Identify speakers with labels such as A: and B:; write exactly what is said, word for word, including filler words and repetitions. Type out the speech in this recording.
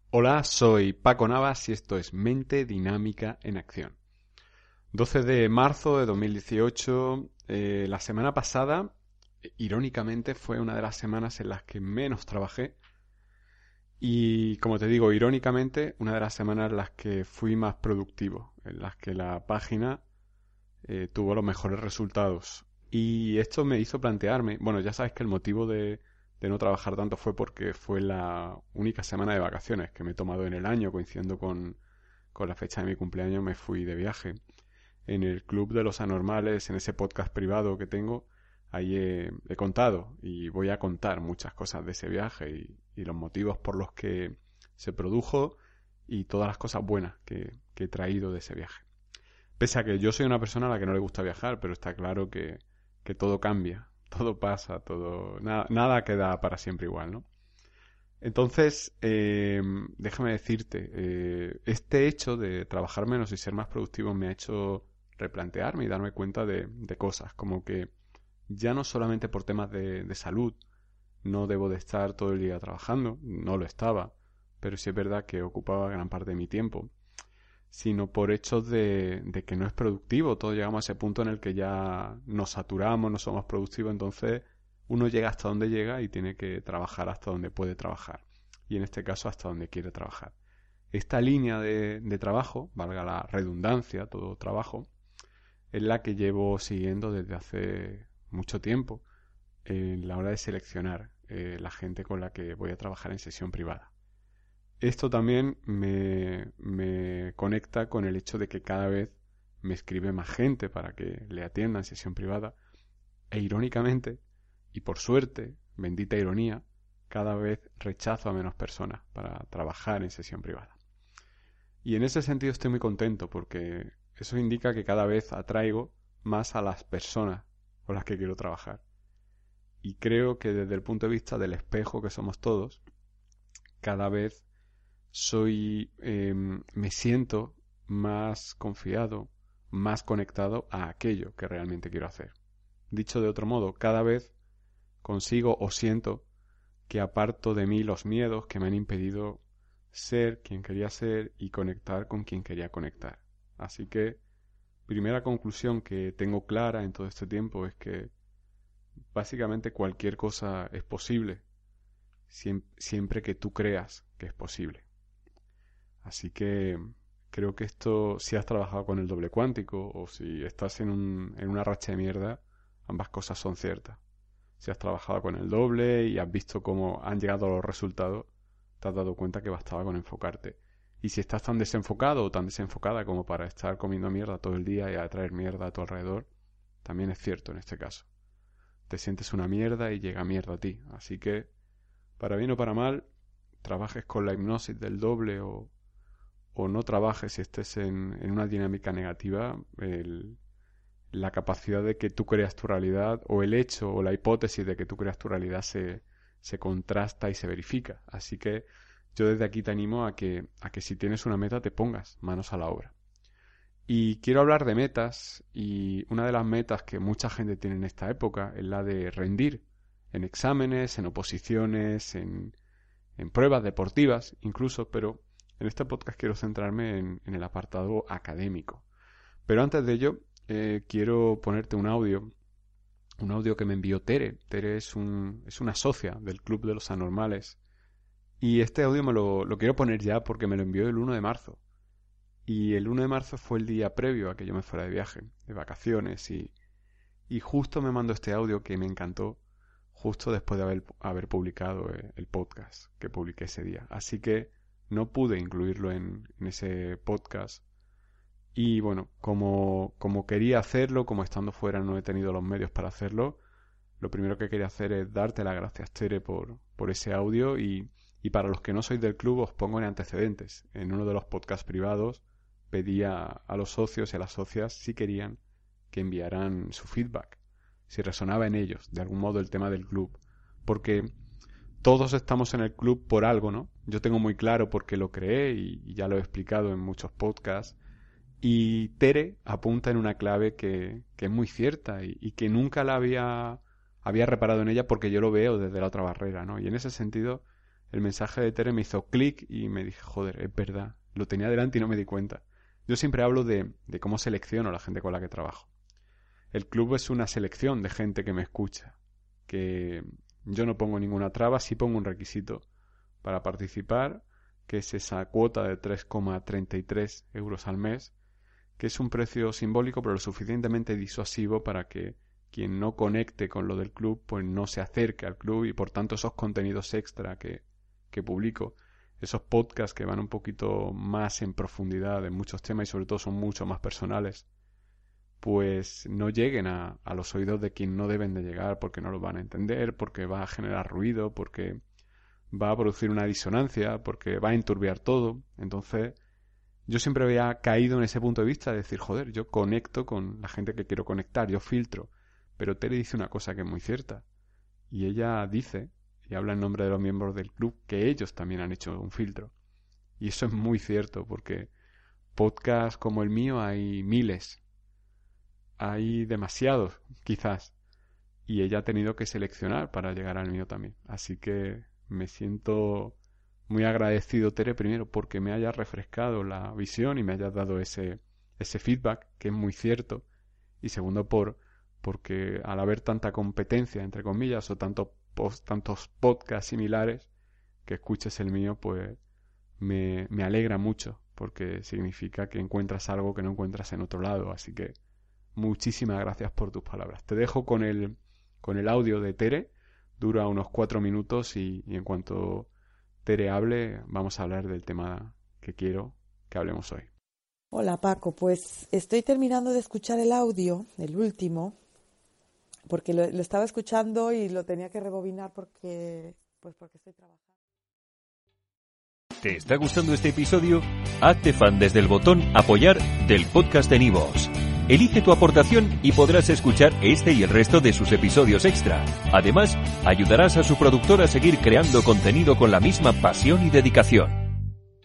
A: Hola, soy Paco Navas y esto es Mente Dinámica en Acción. doce de marzo de dos mil dieciocho, eh, la semana pasada, irónicamente, fue una de las semanas en las que menos trabajé y, como te digo, irónicamente, una de las semanas en las que fui más productivo, en las que la página eh, tuvo los mejores resultados. Y esto me hizo plantearme, bueno, ya sabes que el motivo de, de no trabajar tanto fue porque fue la única semana de vacaciones que me he tomado en el año, coincidiendo con, con la fecha de mi cumpleaños, me fui de viaje. En el Club de los Anormales, en ese podcast privado que tengo, ahí he, he contado y voy a contar muchas cosas de ese viaje y, y los motivos por los que se produjo y todas las cosas buenas que, que he traído de ese viaje. Pese a que yo soy una persona a la que no le gusta viajar, pero está claro que, que todo cambia, todo pasa, todo nada, nada queda para siempre igual, ¿no? Entonces, eh, déjame decirte, eh, este hecho de trabajar menos y ser más productivo me ha hecho replantearme y darme cuenta de, de cosas, como que ya no solamente por temas de, de salud, no debo de estar todo el día trabajando, no lo estaba, pero sí es verdad que ocupaba gran parte de mi tiempo, sino por hechos de, de que no es productivo. Todos llegamos a ese punto en el que ya nos saturamos, no somos productivos, entonces uno llega hasta donde llega y tiene que trabajar hasta donde puede trabajar. Y en este caso hasta donde quiere trabajar. Esta línea de, de trabajo, valga la redundancia, todo trabajo, es la que llevo siguiendo desde hace mucho tiempo en la hora de seleccionar eh, la gente con la que voy a trabajar en sesión privada. Esto también me, me conecta con el hecho de que cada vez me escribe más gente para que le atienda en sesión privada e irónicamente, y por suerte, bendita ironía, cada vez rechazo a menos personas para trabajar en sesión privada. Y en ese sentido estoy muy contento porque eso indica que cada vez atraigo más a las personas con las que quiero trabajar. Y creo que desde el punto de vista del espejo que somos todos, cada vez soy, eh, me siento más confiado, más conectado a aquello que realmente quiero hacer. Dicho de otro modo, cada vez consigo o siento que aparto de mí los miedos que me han impedido ser quien quería ser y conectar con quien quería conectar. Así que, primera conclusión que tengo clara en todo este tiempo es que básicamente cualquier cosa es posible, siempre que tú creas que es posible. Así que creo que esto, si has trabajado con el doble cuántico o si estás en, un, en una racha de mierda, ambas cosas son ciertas. Si has trabajado con el doble y has visto cómo han llegado los resultados, te has dado cuenta que bastaba con enfocarte. Y si estás tan desenfocado o tan desenfocada como para estar comiendo mierda todo el día y atraer mierda a tu alrededor, también es cierto en este caso. Te sientes una mierda y llega mierda a ti. Así que, para bien o para mal, trabajes con la hipnosis del doble o o no trabajes si estés en, en una dinámica negativa, el, la capacidad de que tú creas tu realidad o el hecho o la hipótesis de que tú creas tu realidad se, se contrasta y se verifica. Así que yo desde aquí te animo a que, a que si tienes una meta te pongas manos a la obra. Y quiero hablar de metas y una de las metas que mucha gente tiene en esta época es la de rendir en exámenes, en oposiciones, en, en pruebas deportivas incluso, pero en este podcast quiero centrarme en, en el apartado académico. Pero antes de ello, eh, quiero ponerte un audio, un audio que me envió Tere. Tere es, un, es una socia del Club de los Anormales. Y este audio me lo, lo quiero poner ya porque me lo envió el uno de marzo. Y el uno de marzo fue el día previo a que yo me fuera de viaje, de vacaciones. Y, y justo me mandó este audio que me encantó, justo después de haber, haber publicado el podcast que publiqué ese día. Así que no pude incluirlo en, en ese podcast y bueno, como, como quería hacerlo, como estando fuera no he tenido los medios para hacerlo, lo primero que quería hacer es darte las gracias, Tere, por, por ese audio y, y para los que no sois del club os pongo en antecedentes. En uno de los podcasts privados pedía a los socios y a las socias si querían que enviaran su feedback, si resonaba en ellos de algún modo el tema del club, porque todos estamos en el club por algo, ¿no? Yo tengo muy claro por qué lo creé y, y ya lo he explicado en muchos podcasts. Y Tere apunta en una clave que, que es muy cierta y, y que nunca la había, había reparado en ella porque yo lo veo desde la otra barrera, ¿no? Y en ese sentido el mensaje de Tere me hizo clic y me dije, joder, es verdad, lo tenía delante y no me di cuenta. Yo siempre hablo de, de cómo selecciono a la gente con la que trabajo. El club es una selección de gente que me escucha, que yo no pongo ninguna traba, sí pongo un requisito para participar, que es esa cuota de tres coma treinta y tres euros al mes, que es un precio simbólico pero lo suficientemente disuasivo para que quien no conecte con lo del club pues no se acerque al club, y por tanto esos contenidos extra que, que publico, esos podcasts que van un poquito más en profundidad en muchos temas y sobre todo son mucho más personales, pues no lleguen a, a los oídos de quien no deben de llegar, porque no los van a entender, porque va a generar ruido, porque va a producir una disonancia, porque va a enturbiar todo. Entonces yo siempre había caído en ese punto de vista de decir, joder, yo conecto con la gente que quiero conectar, yo filtro. Pero Tere dice una cosa que es muy cierta, y ella dice, y habla en nombre de los miembros del club, que ellos también han hecho un filtro. Y eso es muy cierto, porque podcasts como el mío hay miles, hay demasiados, quizás, y ella ha tenido que seleccionar para llegar al mío también. Así que me siento muy agradecido, Tere, primero porque me hayas refrescado la visión y me hayas dado ese, ese feedback, que es muy cierto, y segundo por porque al haber tanta competencia, entre comillas, o tanto post, tantos podcasts similares, que escuches el mío, pues me, me alegra mucho, porque significa que encuentras algo que no encuentras en otro lado. Así que muchísimas gracias por tus palabras. Te dejo con el, con el audio de Tere, dura unos cuatro minutos y, y en cuanto Tere hable, vamos a hablar del tema que quiero que hablemos hoy.
B: Hola Paco, pues estoy terminando de escuchar el audio, el último, porque lo, lo estaba escuchando y lo tenía que rebobinar porque, pues porque estoy trabajando.
C: ¿Te está gustando este episodio? Hazte fan desde el botón Apoyar del podcast de Nivos. Elige tu aportación y podrás escuchar este y el resto de sus episodios extra. Además, ayudarás a su productor a seguir creando contenido con la misma pasión y dedicación.